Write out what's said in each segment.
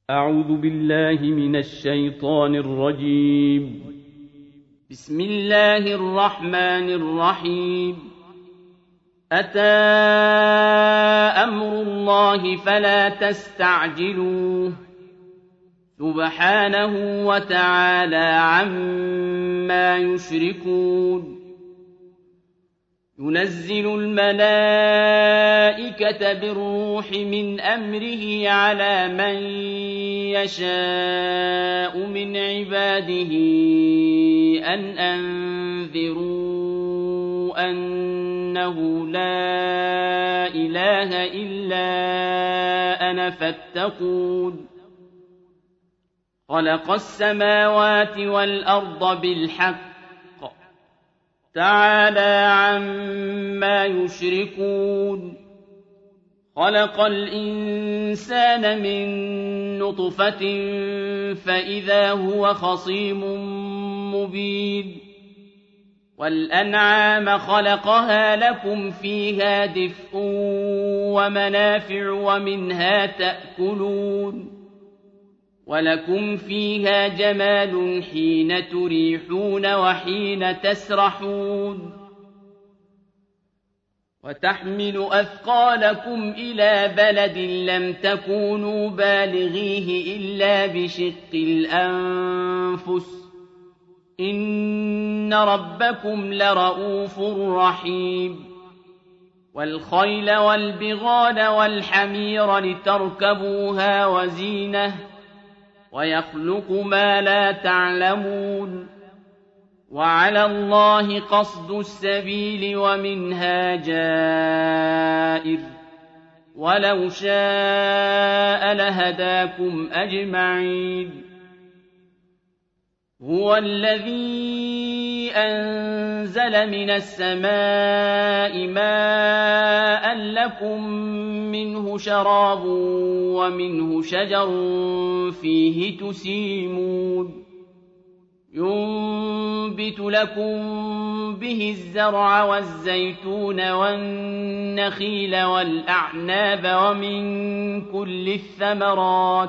أعوذ بالله من الشيطان الرجيم. بسم الله الرحمن الرحيم. أتى أمر الله فلا تستعجلوه سبحانه وتعالى عما يشركون. ينزل الملائكة بالروح من أمره على من يشاء من عباده أن أنذروا أنه لا إله إلا أنا فاتقون. خلق السماوات والأرض بالحق تعالى عما يشركون. خلق الإنسان من نطفة فإذا هو خصيم مبين. والأنعام خلقها لكم فيها دفء ومنافع ومنها تأكلون. ولكم فيها جمال حين تريحون وحين تسرحون. وتحمل أثقالكم إلى بلد لم تكونوا بالغيه إلا بشق الأنفس إن ربكم لرءوف رحيم. والخيل والبغال والحمير لتركبوها وزينة ويخلق ما لا تعلمون. وعلى الله قصد السبيل ومنها جائر ولو شاء لهداكم أجمعين. هو الذي أنزل من السماء ماء لكم منه شراب ومنه شجر فيه تسيمون. ينبت لكم به الزرع والزيتون والنخيل والأعناب ومن كل الثمرات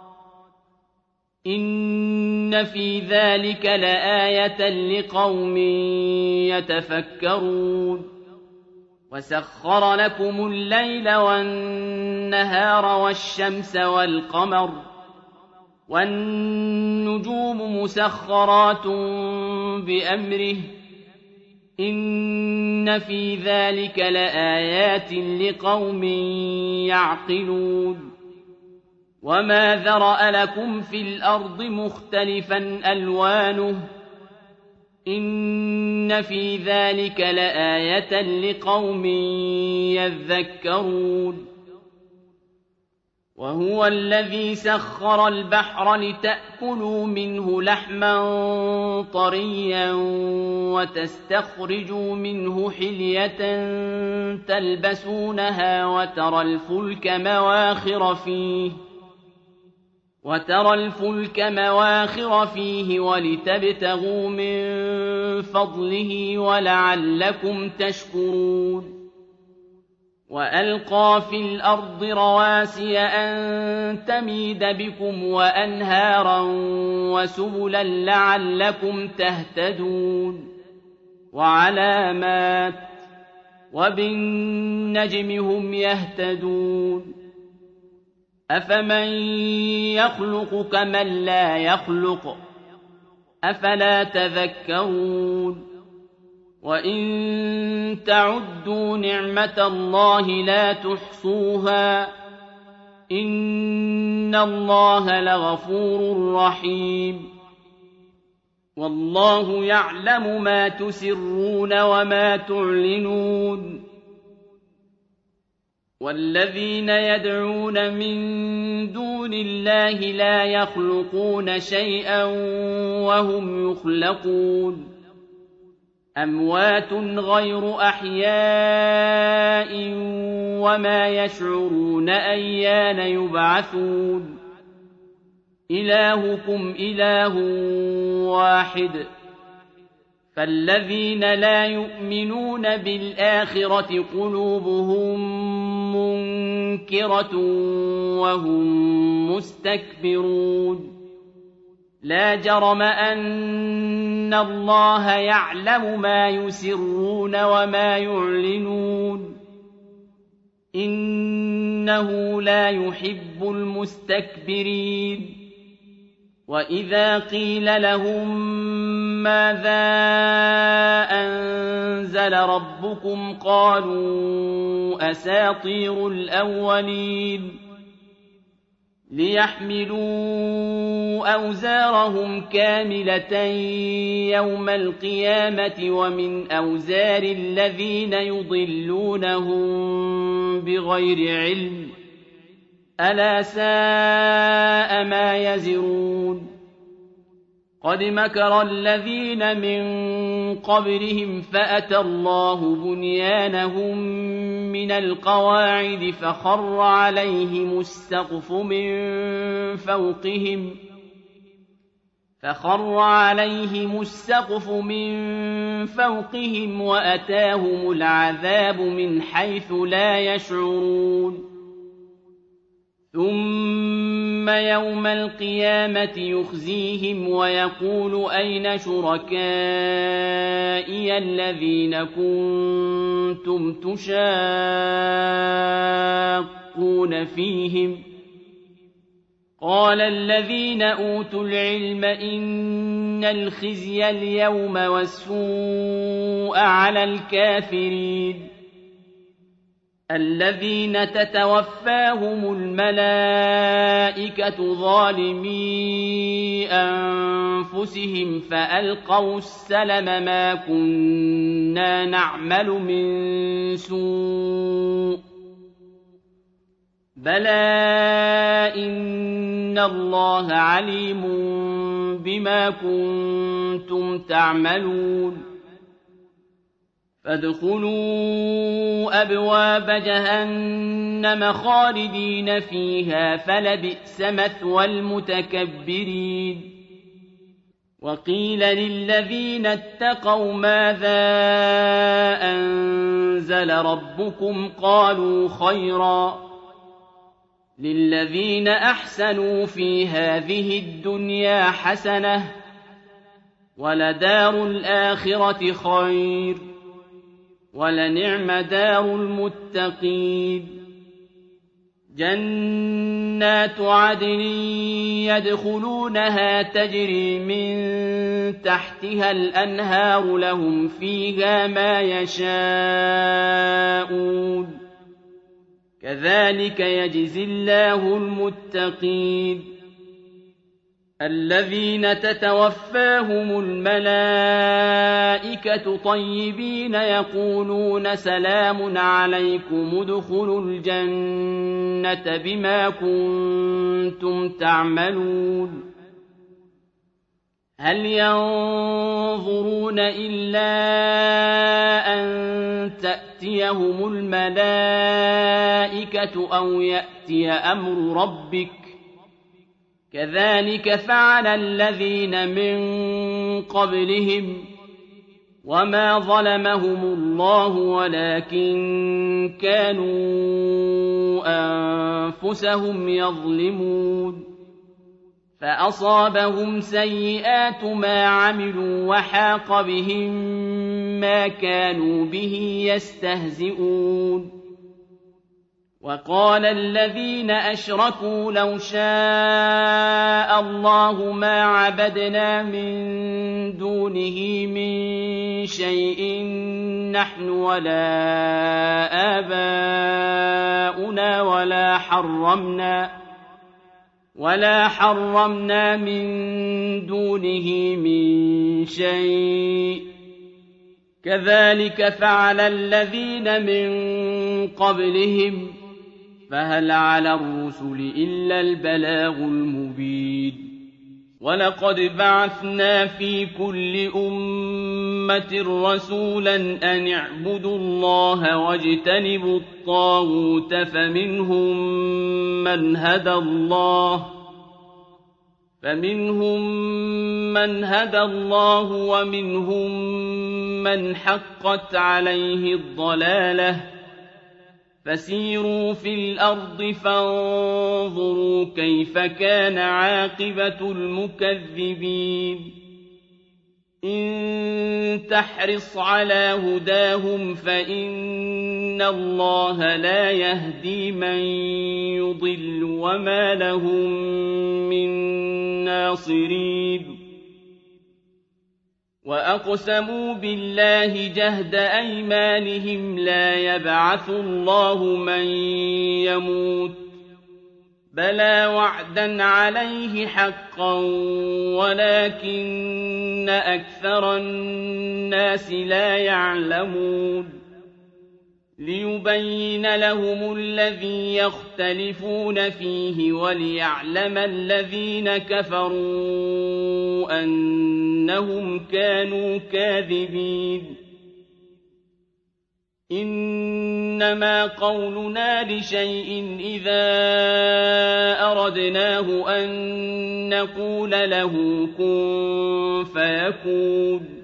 إن في ذلك لآية لقوم يتفكرون. وسخر لكم الليل والنهار والشمس والقمر والنجوم مسخرات بأمره إن في ذلك لآيات لقوم يعقلون. وما ذرأ لكم في الأرض مختلفا ألوانه إن في ذلك لآية لقوم يذكرون. وهو الذي سخر البحر لتأكلوا منه لحما طريا وتستخرجوا منه حلية تلبسونها وترى الفلك مواخر فيه ولتبتغوا من فضله ولعلكم تشكرون. وألقى في الأرض رواسي أن تميد بكم وأنهارا وسبلا لعلكم تهتدون. وعلامات وبالنجم هم يهتدون. أفمن يخلق كمن لا يخلق أفلا تذكرون. وإن تعدوا نعمة الله لا تحصوها إن الله لغفور رحيم. والله يعلم ما تسرون وما تعلنون. والذين يدعون من دون الله لا يخلقون شيئا وهم يخلقون. أموات غير أحياء وما يشعرون أيان يبعثون. إلهكم إله واحد فالذين لا يؤمنون بالآخرة قلوبهم مُنكِرَةٌ وَهُم مُّسْتَكْبِرُونَ لا جرم أن الله يعلم ما يسرون وما يعلنون إنه لا يحب المستكبرين وإذا قيل لهم ماذا أنزل ربكم قالوا أساطير الأولين ليحملوا أوزارهم كاملة يوم القيامة ومن أوزار الذين يضلونهم بغير علم ألا ساء ما يزرون قد مكر الذين من قبلهم فأتى الله بنيانهم من القواعد فخر عليهم السقف من فوقهم وأتاهم العذاب من حيث لا يشعرون ثم يوم القيامة يخزيهم ويقول أين شركائي الذين كنتم تشاقون فيهم قال الذين أوتوا العلم إن الخزي اليوم والسوء على الكافرين الذين تتوفاهم الملائكة ظالمي أنفسهم فألقوا السلم ما كنا نعمل من سوء بلى إن الله عليم بما كنتم تعملون فادخلوا أبواب جهنم خالدين فيها فلبئس مثوى المتكبرين وقيل للذين اتقوا ماذا أنزل ربكم قالوا خيرا للذين أحسنوا في هذه الدنيا حسنة ولدار الآخرة خير ولنعم دار المتقين جنات عدن يدخلونها تجري من تحتها الأنهار لهم فيها ما يشاءون كذلك يجزي الله المتقين الذين تتوفاهم الملائكة طيبين يقولون سلام عليكم ادخلوا الجنة بما كنتم تعملون هل ينظرون إلا أن تأتيهم الملائكة أو يأتي أمر ربك كذلك فعل الذين من قبلهم وما ظلمهم الله ولكن كانوا أنفسهم يظلمون فأصابهم سيئات ما عملوا وحاق بهم ما كانوا به يستهزئون وقال الذين أشركوا لو شاء الله ما عبدنا من دونه من شيء نحن ولا آباؤنا ولا حرمنا من دونه من شيء كذلك فعل الذين من قبلهم فهل على الرسل إلا البلاغ المبين ولقد بعثنا في كل أمة رسولا أن اعبدوا الله واجتنبوا الطاغوت فمنهم من هدى الله ومنهم من حقت عليه الضلالة فسيروا في الأرض فانظروا كيف كان عاقبة المكذبين إن تحرص على هداهم فإن الله لا يهدي من يضل وما لهم من ناصرين وأقسموا بالله جهد أيمانهم لا يبعث الله من يموت بلى وعدا عليه حقا ولكن أكثر الناس لا يعلمون ليبين لهم الذي يختلفون فيه وليعلم الذين كفروا أنهم كانوا كاذبين إنما قولنا لشيء إذا أردناه أن نقول له كن فيكون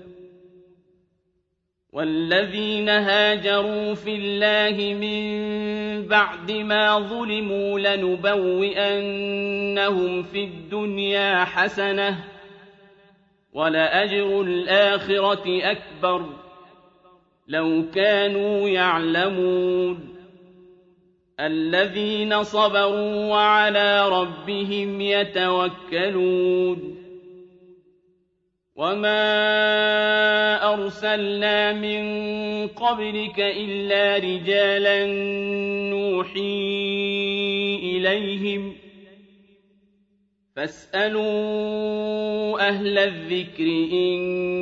والذين هاجروا في الله من بعد ما ظلموا لنبوئنهم في الدنيا حسنة ولأجر الآخرة أكبر لو كانوا يعلمون الذين صبروا وعلى ربهم يتوكلون وما أرسلنا من قبلك إلا رجالا نوحي إليهم فاسألوا أهل الذكر إن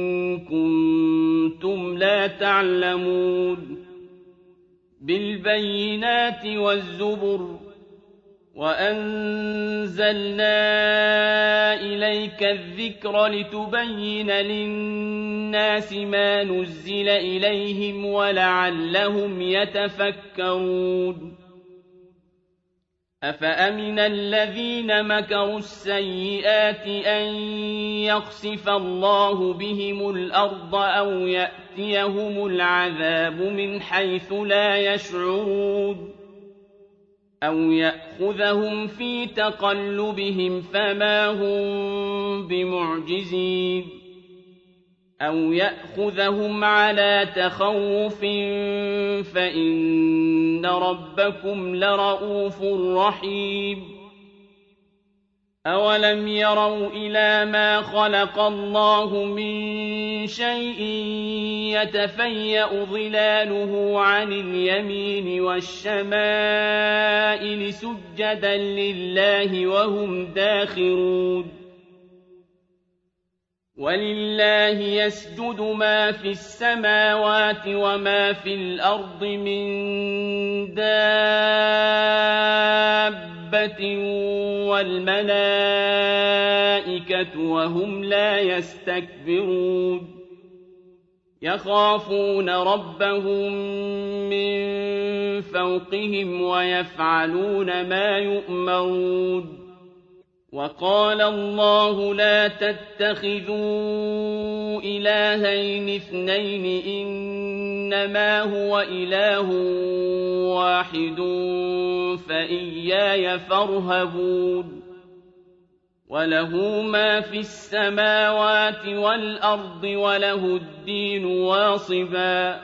كنتم لا تعلمون بالبينات والزبر وأنزلنا إليك الذكر لتبين للناس ما نزل إليهم ولعلهم يتفكرون أفأمن الذين مكروا السيئات أن يخسف الله بهم الأرض أو يأتيهم العذاب من حيث لا يشعرون أو يأخذهم في تقلبهم فما هم بمعجزين أو يأخذهم على تخوف فإن ربكم لرءوف رحيم أولم يروا إلى ما خلق الله من شيء يتفيأ ظلاله عن اليمين والشمائل سجدا لله وهم داخرون ولله يسجد ما في السماوات وما في الأرض من دابة والملائكة وهم لا يستكبرون يخافون ربهم من فوقهم ويفعلون ما يؤمرون وقال الله لا تتخذوا إلهين اثنين إنما هو إله واحد فإياي فارهبون وله ما في السماوات والأرض وله الدين واصبا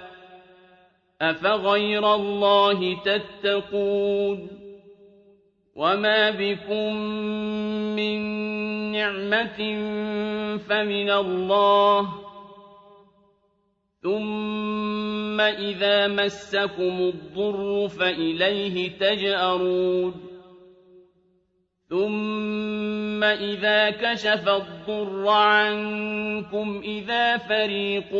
أفغير الله تتقون وما بكم من نعمة فمن الله ثم إذا مسكم الضر فإليه تجأرون ثم إذا كشف الضر عنكم إذا فريق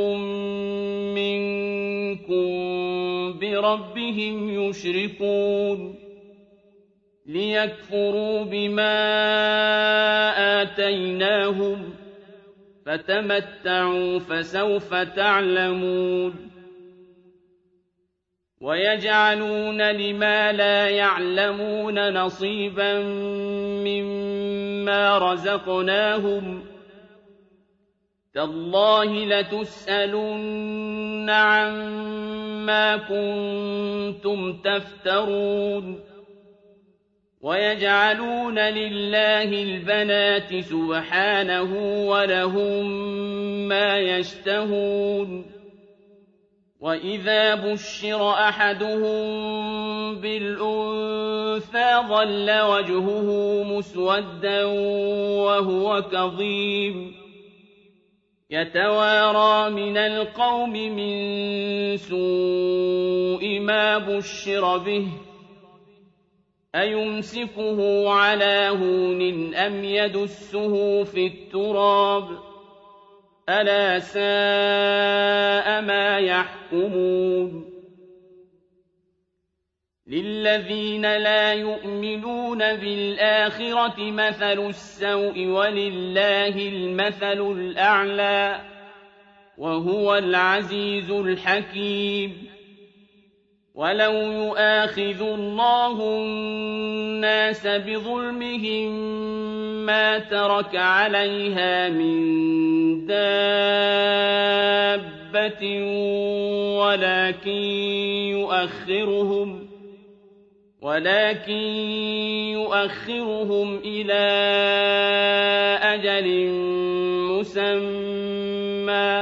منكم بربهم يشركون ليكفروا بما آتيناهم فتمتعوا فسوف تعلمون ويجعلون لما لا يعلمون نصيبا مما رزقناهم تالله لتسألن عما كنتم تفترون ويجعلون لله البنات سبحانه ولهم ما يشتهون وإذا بشر أحدهم بالأنثى ظل وجهه مسودا وهو كظيم يتوارى من القوم من سوء ما بشر به أيمسكه على هون أم يدسه في التراب ألا ساء ما يحكمون للذين لا يؤمنون بالآخرة مثل السوء ولله المثل الأعلى وهو العزيز الحكيم ولو يؤاخذ الله الناس بظلمهم ما ترك عليها من دابة ولكن يؤخرهم إلى أجل مسمى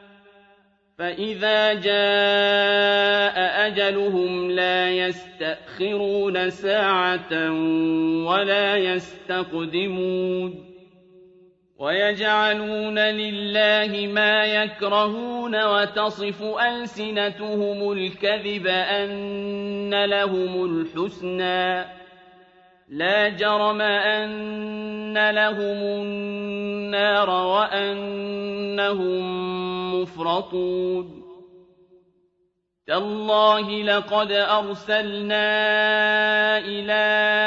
فإذا جاء أجلهم لا يستأخرون ساعة ولا يستقدمون ويجعلون لله ما يكرهون وتصف ألسنتهم الكذب أن لهم الحسنى لا جرم أن لهم النار وأنهم مفرطون تالله لقد أرسلنا إلى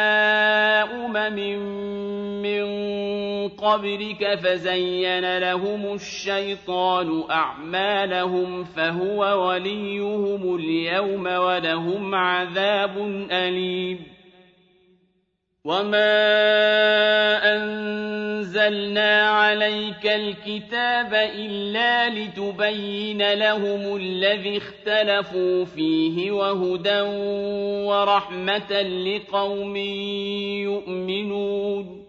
من قبلك فزين لهم الشيطان أعمالهم فهو وليهم اليوم ولهم عذاب أليم وما أنزلنا عليك الكتاب إلا لتبين لهم الذي اختلفوا فيه وهدى ورحمة لقوم يؤمنون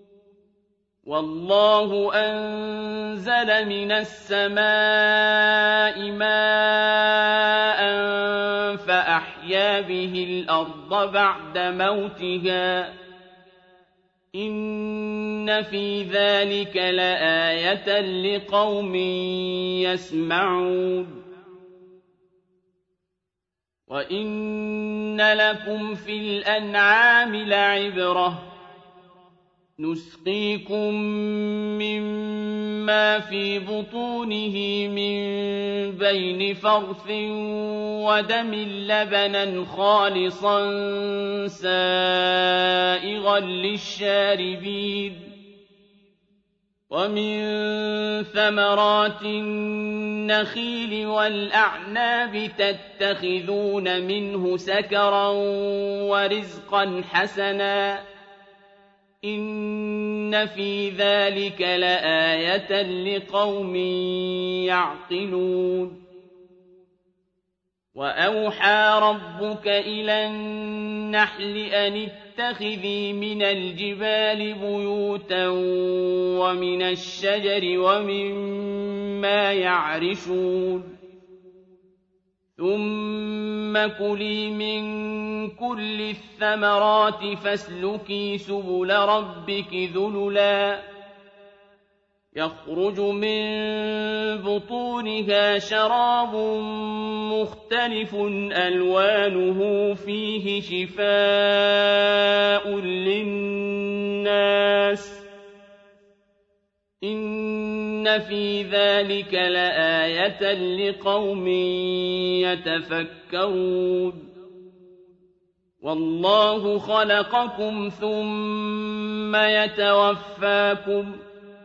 والله أنزل من السماء ماء فأحيا به الأرض بعد موتها إن في ذلك لآية لقوم يسمعون وإن لكم في الأنعام لعبرة نسقيكم مما في بطونه من بين فرث ودم لبنا خالصا سائغا للشاربين ومن ثمرات النخيل والأعناب تتخذون منه سكرا ورزقا حسنا إن في ذلك لآية لقوم يعقلون وأوحى ربك إلى النحل أن اتخذي من الجبال بيوتا ومن الشجر ومما يعرشون ثم كلي من كل الثمرات فاسلكي سبل ربك ذللا يخرج من بطونها شراب مختلف ألوانه فيه شفاء للناس إن في ذلك لآية لقوم يتفكرون والله خلقكم ثم يتوفاكم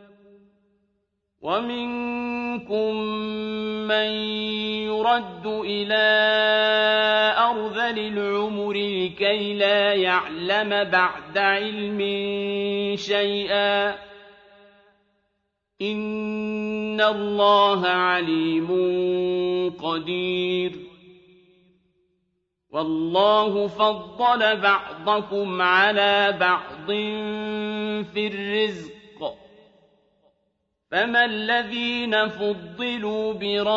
ومنكم من يرد إلى أرذل العمر لكي لا يعلم بعد علم شيئا إن إِنَّ اللَّهَ عَلِيمٌ قَدِيرٌ وَاللَّهُ فَضَّلَ بَعْضَكُمْ عَلَىٰ بَعْضٍ فِي الرِّزْقِ فَمَا الَّذِينَ فُضِّلُوا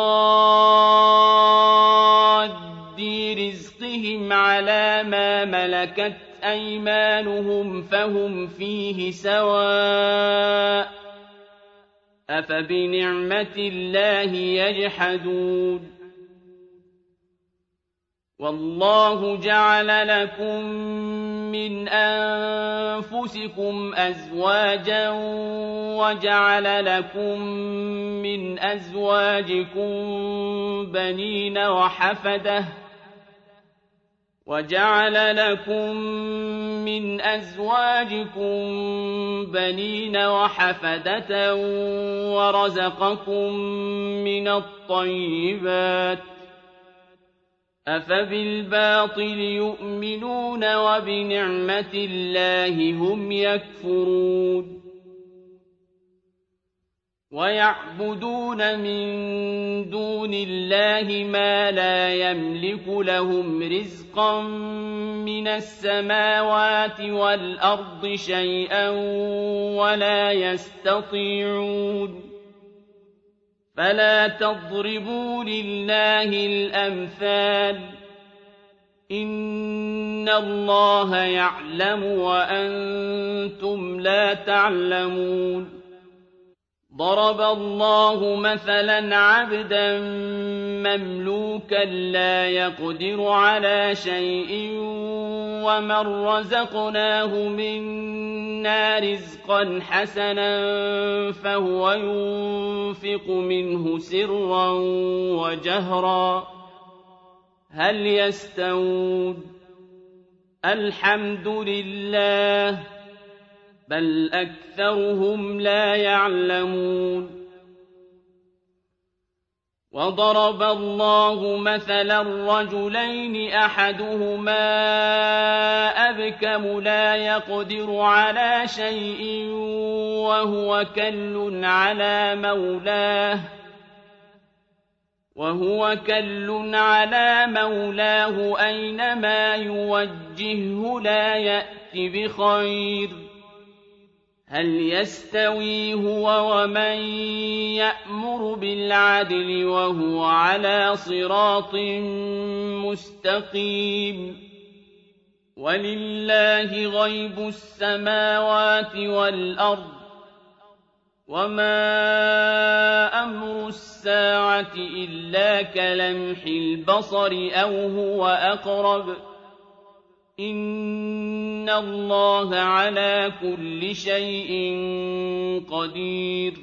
بِرَادِّ رِزْقِهِمْ عَلَىٰ مَا مَلَكَتْ أَيْمَانُهُمْ فَهُمْ فِيهِ سَوَاءٌ ۚ أَفَبِنِعْمَةِ اللَّهِ يَجْحَدُونَ وَاللَّهُ جَعَلَ لَكُم مِّنْ أَنفُسِكُمْ أَزْوَاجًا وَجَعَلَ لَكُم مِّنْ أَزْوَاجِكُم بَنِينَ وَحَفَدَةً وَرَزَقَكُم مِّنَ الطَّيِّبَاتِ ۚ أَفَبِالْبَاطِلِ يُؤْمِنُونَ وَبِنِعْمَةِ اللَّهِ هُمْ يَكْفُرُونَ وَيَعْبُدُونَ مِن دُونِ اللَّهِ مَا لَا يَمْلِكُ لَهُمْ رِزْقًا مِّنَ السَّمَاوَاتِ وَالْأَرْضِ شَيْئًا وَلَا يَسْتَطِيعُونَ فَلَا تَضْرِبُوا لِلَّهِ الْأَمْثَالَ ۚ إِنَّ اللَّهَ يَعْلَمُ وَأَنتُمْ لَا تَعْلَمُونَ ضَرَبَ اللَّهُ مَثَلًا عَبْدًا مَّمْلُوكًا لَّا يَقْدِرُ عَلَىٰ شَيْءٍ وَمَن رَّزَقْنَاهُ مِنَّا رِزْقًا حَسَنًا فَهُوَ يُنفِقُ مِنْهُ سِرًّا وَجَهْرًا هَلْ يَسْتَوُونَ ۚ الْحَمْدُ لِلَّهِ ۚ بَلْ أَكْثَرُهُمْ لَا يَعْلَمُونَ وَضَرَبَ اللَّهُ مَثَلًا رَّجُلَيْنِ أَحَدُهُمَا أَبْكَمُ لَا يَقْدِرُ عَلَىٰ شَيْءٍ وَهُوَ كَلٌّ عَلَىٰ مَوْلَاهُ أَيْنَمَا يُوَجِّههُّ لَا يَأْتِ بِخَيْرٍ ۚ هَلْ يَسْتَوِي هُوَ وَمَن يَأْمُرُ بِالْعَدْلِ وَهُوَ عَلَىٰ صِرَاطٍ مُّسْتَقِيمٍ وَلِلَّهِ غَيْبُ السَّمَاوَاتِ وَالْأَرْضِ ۚ وَمَا أَمْرُ السَّاعَةِ إِلَّا كَلَمْحِ الْبَصَرِ أَوْ هُوَ أَقْرَبُ ۚ إِنَّ اللَّهَ عَلَىٰ كُلِّ شَيْءٍ قَدِيرٌ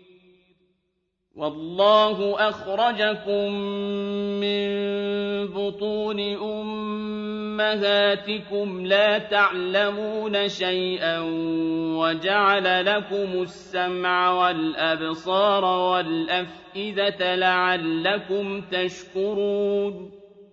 وَاللَّهُ أَخْرَجَكُم مِّن بُطُونِ أُمَّهَاتِكُمْ لَا تَعْلَمُونَ شَيْئًا وَجَعَلَ لَكُمُ السَّمْعَ وَالْأَبْصَارَ وَالْأَفْئِدَةَ لَعَلَّكُمْ تَشْكُرُونَ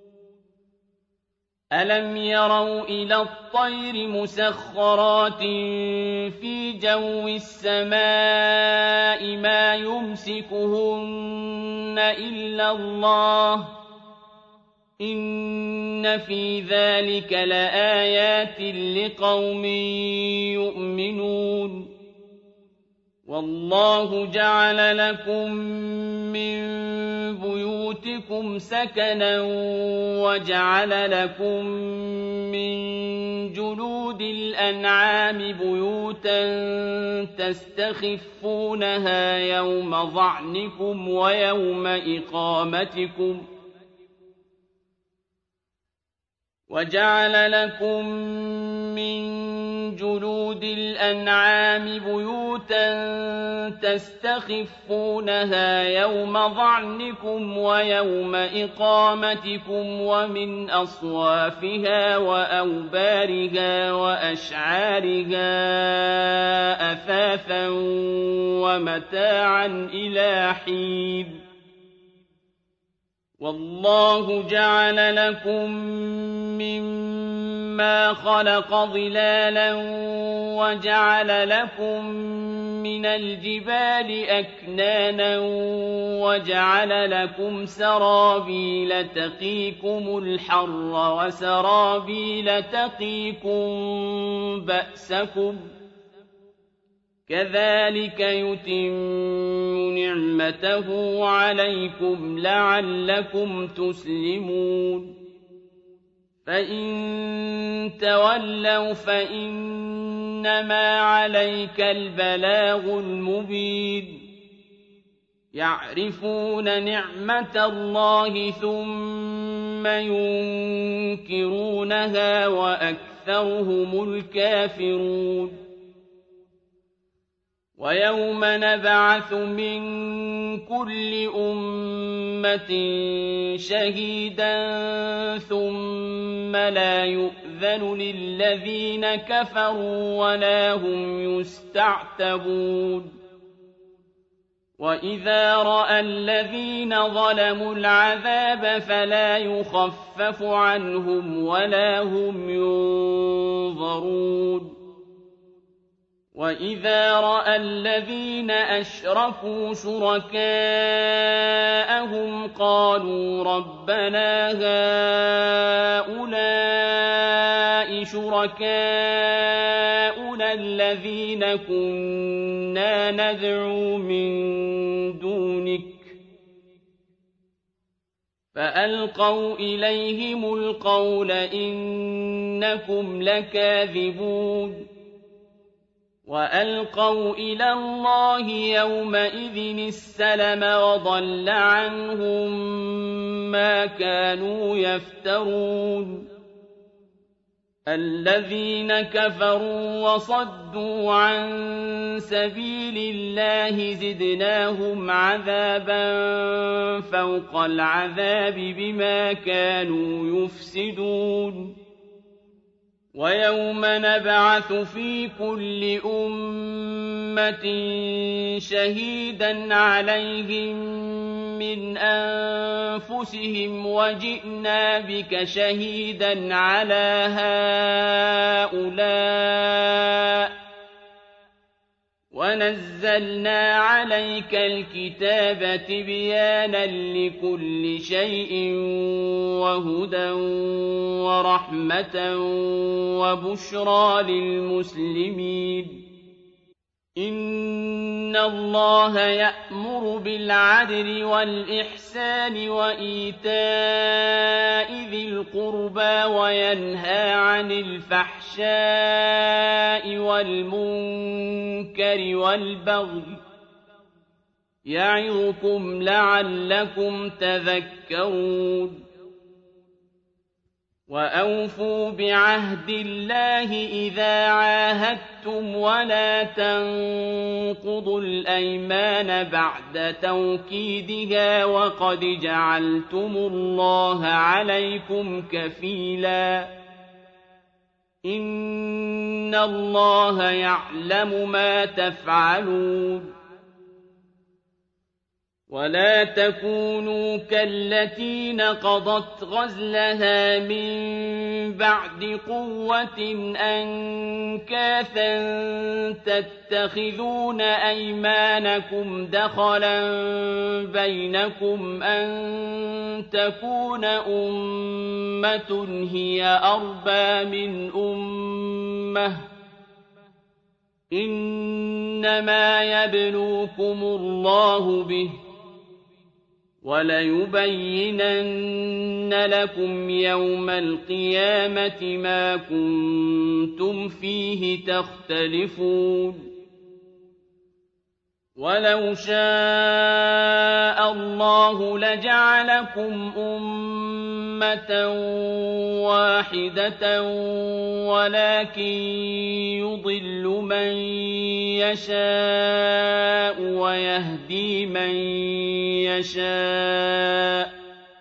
أَلَمْ يَرَوْا إِلَى الطَّيْرِ مُسَخَّرَاتٍ فِي جَوِّ السَّمَاءِ مَا يُمْسِكُهُنَّ إِلَّا اللَّهُ ۗ إِنَّ فِي ذَٰلِكَ لَآيَاتٍ لِّقَوْمٍ يُؤْمِنُونَ وَاللَّهُ جَعَلَ لَكُم مِّن بُيُوتِكُمْ سَكَنًا وَجَعَلَ لَكُم مِّن جُلُودِ الْأَنْعَامِ بُيُوتًا تَسْتَخِفُّونَهَا يَوْمَ ظَعْنِكُمْ وَيَوْمَ إِقَامَتِكُمْ ۖ وَجَعَلَ لَكُم مِّن جُلُودِ الْأَنْعَامِ بُيُوتًا تَسْتَخِفُّونَهَا يَوْمَ ظَعْنِكُمْ وَيَوْمَ إِقَامَتِكُمْ وَمِنْ أَصْوَافِهَا وَأَوْبَارِهَا وَأَشْعَارِهَا أَثَاثًا وَمَتَاعًا إِلَىٰ حِينٍ وَاللَّهُ جَعَلَ لَكُم مِّمَّا مما خلق ظلالا وجعل لكم من الجبال أكنانا وجعل لكم سرابيل تقيكم الحر وسرابيل تقيكم بأسكم كذلك يتم نعمته عليكم لعلكم تسلمون فإن تولوا فإنما عليك البلاغ المبين يعرفون نعمة الله ثم ينكرونها وأكثرهم الكافرون ويوم نبعث من كل أمة شهيدا ثم لا يؤذن للذين كفروا ولا هم يستعتبون وإذا رأى الذين ظلموا العذاب فلا يخفف عنهم ولا هم ينظرون وإذا رأى الذين أشركوا شركاءهم قالوا ربنا هؤلاء شركاؤنا الذين كنا ندعو من دونك فألقوا إليهم القول إنكم لكاذبون وألقوا إلى الله يومئذ السلم وضل عنهم ما كانوا يفترون الذين كفروا وصدوا عن سبيل الله زدناهم عذابا فوق العذاب بما كانوا يفسدون ويوم نبعث في كل أمة شهيدا عليهم من أنفسهم وجئنا بك شهيدا على هؤلاء ونزلنا عليك الكتاب تبيانا لكل شيء وهدى ورحمة وبشرى للمسلمين إن الله يأمر بالعدل والإحسان وإيتاء ذي القربى وينهى عن الفحشاء والمنكر والبغي يعظكم لعلكم تذكرون وأوفوا بعهد الله إذا عاهدتم ولا تنقضوا الأيمان بعد توكيدها وقد جعلتم الله عليكم كفيلا إن الله يعلم ما تفعلون ولا تكونوا كالتي نقضت غزلها من بعد قوة أنكاثا تتخذون أيمانكم دخلا بينكم أن تكون أمة هي أربى من أمة إنما يبلوكم الله به وليبينن لكم يوم القيامة ما كنتم فيه تختلفون ولو شاء الله لجعلكم أمة واحدة ولكن يضل من يشاء ويهدي من يشاء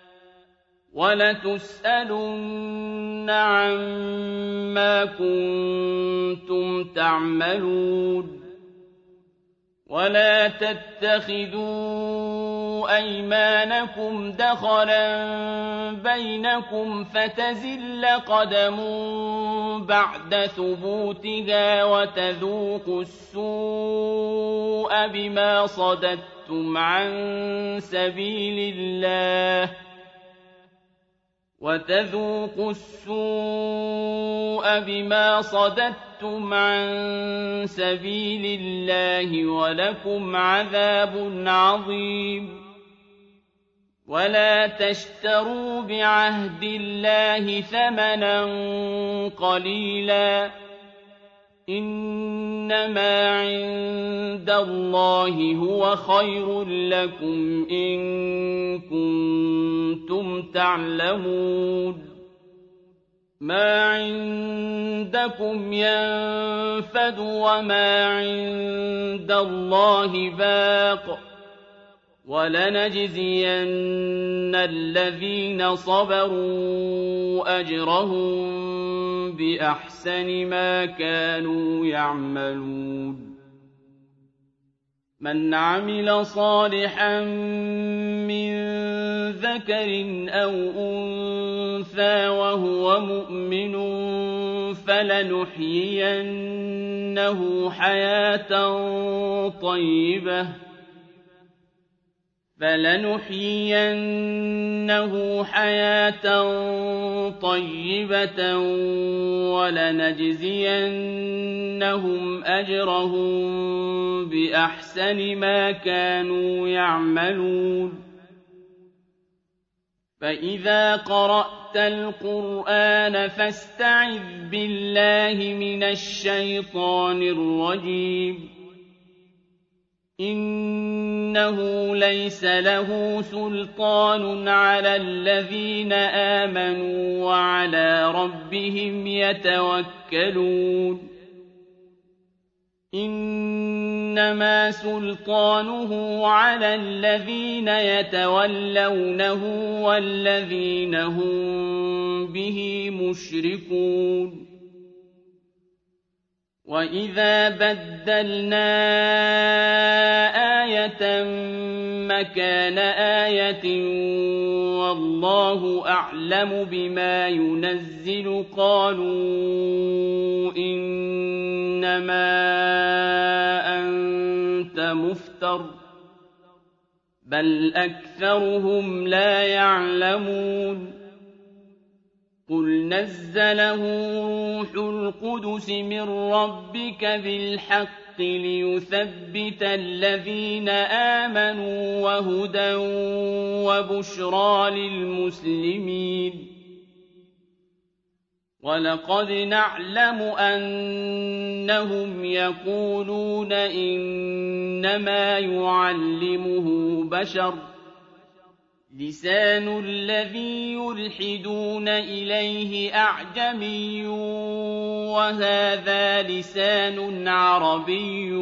ولتسألن عما كنتم تعملون ولا تتخذوا أيمانكم دخلا بينكم فتزل قدم بعد ثبوتها وتذوقوا السوء بما صددتم عن سبيل الله ولكم عذاب عظيم ولا تشتروا بعهد الله ثمنا قليلا إنما عند الله هو خير لكم إن كنتم تعلمون ما عندكم ينفد وما عند الله باق ولنجزين الذين صبروا أجرهم بأحسن ما كانوا يعملون من عمل صالحا من ذكر أو أنثى وهو مؤمن فلنحيينه حياة طيبة ولنجزينهم أجرهم بأحسن ما كانوا يعملون فإذا قرأت القرآن فاستعذ بالله من الشيطان الرجيم إنه ليس له سلطان على الذين آمنوا وعلى ربهم يتوكلون إنما سلطانه على الذين يتولونه والذين هم به مشركون وإذا بدلنا آية مكان آية والله أعلم بما ينزل قالوا إنما أنت مفتر بل أكثرهم لا يعلمون قل نزله روح القدس من ربك بالحق ليثبت الذين آمنوا وهدى وبشرى للمسلمين ولقد نعلم أنهم يقولون إنما يعلمه بشر لسان الذي يلحدون إليه أعجمي وهذا لسان عربي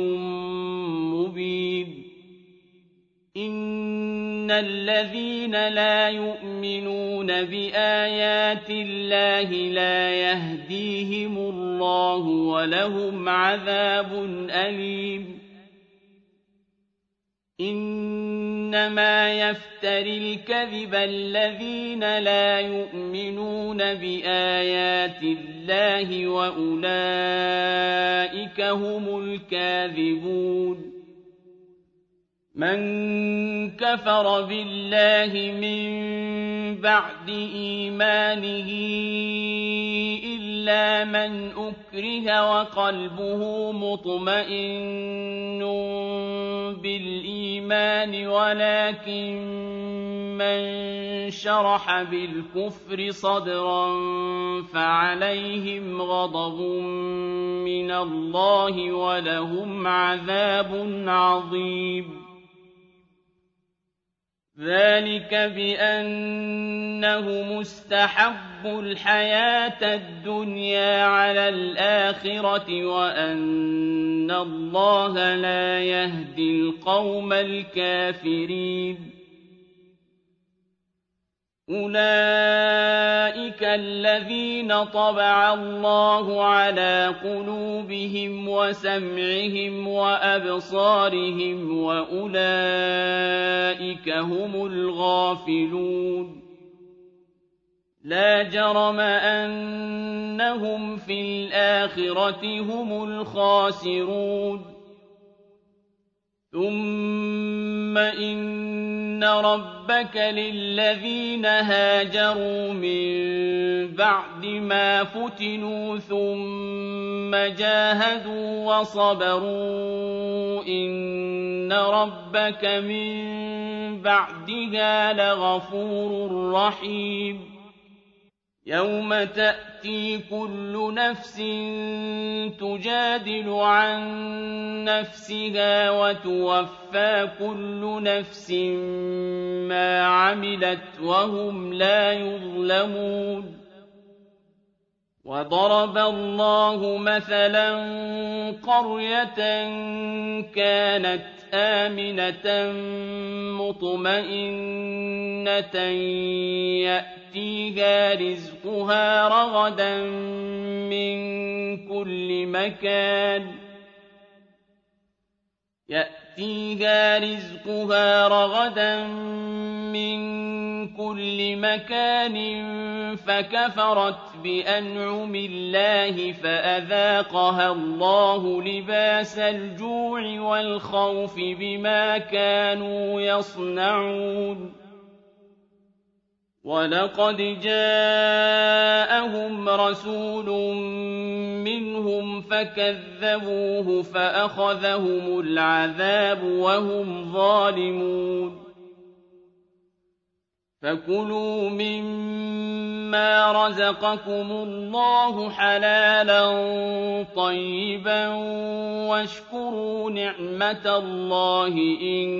مبين إن الذين لا يؤمنون بآيات الله لا يهديهم الله ولهم عذاب أليم إنما يفتري الكذب الذين لا يؤمنون بآيات الله وأولئك هم الكاذبون من كفر بالله من بعد إيمانه إلا من أكره وقلبه مطمئن بالإيمان ولكن من شرح بالكفر صدرا فعليهم غضب من الله ولهم عذاب عظيم ذلك بأنه مستحب الحياة الدنيا على الآخرة وأن الله لا يهدي القوم الكافرين أولئك الذين طبع الله على قلوبهم وسمعهم وأبصارهم وأولئك هم الغافلون لا جرم أنهم في الآخرة هم الخاسرون ثم إن ربك للذين هاجروا من بعد ما فتنوا ثم جاهدوا وصبروا إن ربك من بعدها لغفور رحيم يوم تأتي كل نفس تجادل عن نفسها وتوفى كل نفس ما عملت وهم لا يظلمون وضرب الله مثلا قرية كانت آمنة مطمئنة يأتيها رزقها رغدا من كل مكان فكفرت بأنعم الله فأذاقها الله لباس الجوع والخوف بما كانوا يصنعون ولقد جاءهم رسول منهم فكذبوه فأخذهم العذاب وهم ظالمون فكلوا مما رزقكم الله حلالا طيبا واشكروا نعمة الله إن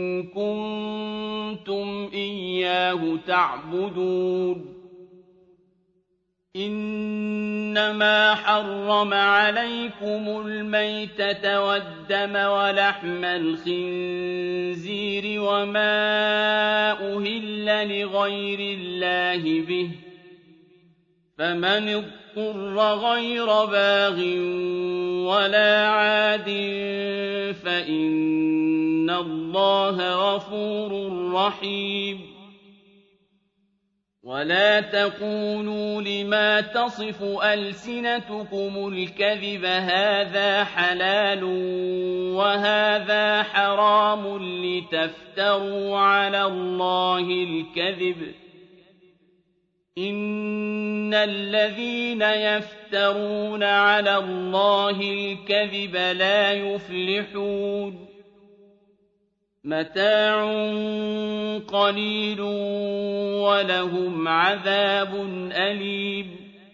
كنتم إياه تعبدون إنما حرم عليكم الميتة والدم ولحم الخنزير وما أهل لغير الله به فمن اضطر غير باغ ولا عاد فإن الله غفور رحيم ولا تقولوا لما تصف ألسنتكم الكذب هذا حلال وهذا حرام لتفتروا على الله الكذب إن الذين يفترون على الله الكذب لا يفلحون متاع قليل ولهم عذاب أليم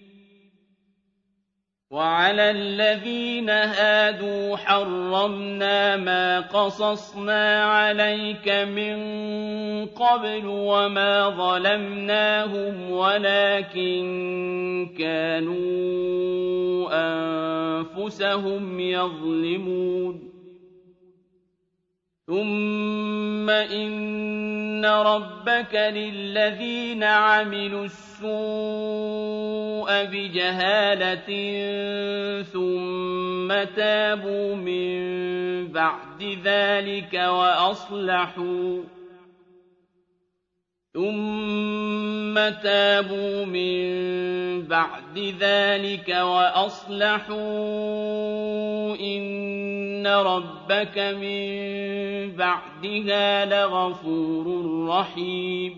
وعلى الذين هادوا حرمنا ما قصصنا عليك من قبل وما ظلمناهم ولكن كانوا أنفسهم يظلمون ثم إن ربك للذين عملوا السوء بجهالة ثم تابوا من بعد ذلك وأصلحوا إن ربك من بعدها لغفور رحيم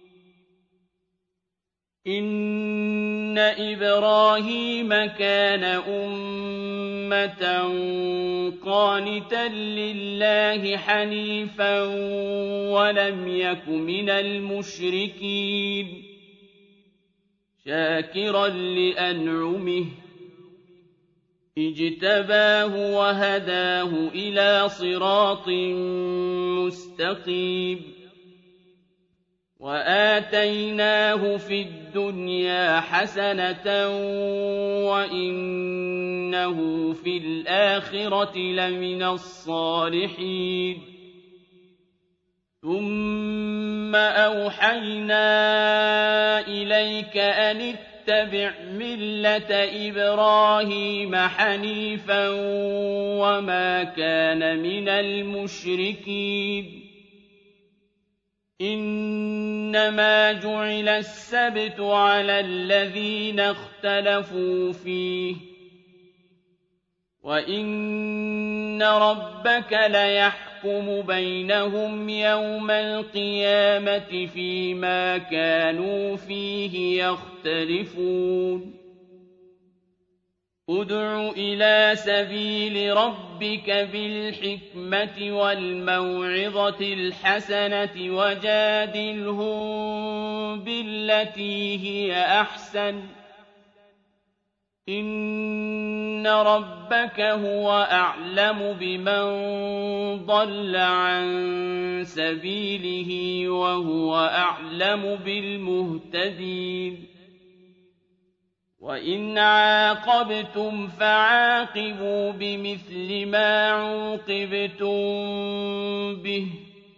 إن إبراهيم كان أمة قانتا لله حنيفا ولم يك من المشركين شاكرا لأنعمه اجتباه وهداه إلى صراط مستقيم وآتيناه في الدنيا حسنة وإنه في الآخرة لمن الصالحين ثم أوحينا إليك أن اتبع ملة إبراهيم حنيفا وما كان من المشركين إنما جعل السبت على الذين اختلفوا فيه وإن ربك ليحكم بينهم يوم القيامة فيما كانوا فيه يختلفون ادع إلى سبيل ربك بالحكمة والموعظة الحسنة وجادلهم بالتي هي أحسن إن ربك هو أعلم بمن ضل عن سبيله وهو أعلم بالمهتدين وإن عاقبتم فعاقبوا بمثل ما عوقبتم به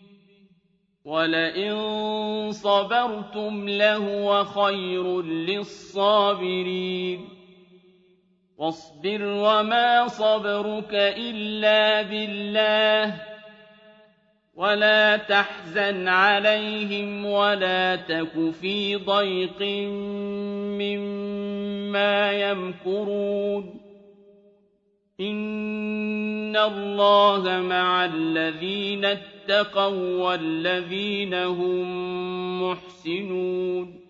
ولئن صبرتم لهو خير للصابرين واصبر وما صبرك إلا بالله ولا تحزن عليهم ولا تك في ضيق مما يمكرون إن الله مع الذين اتقوا والذين هم محسنون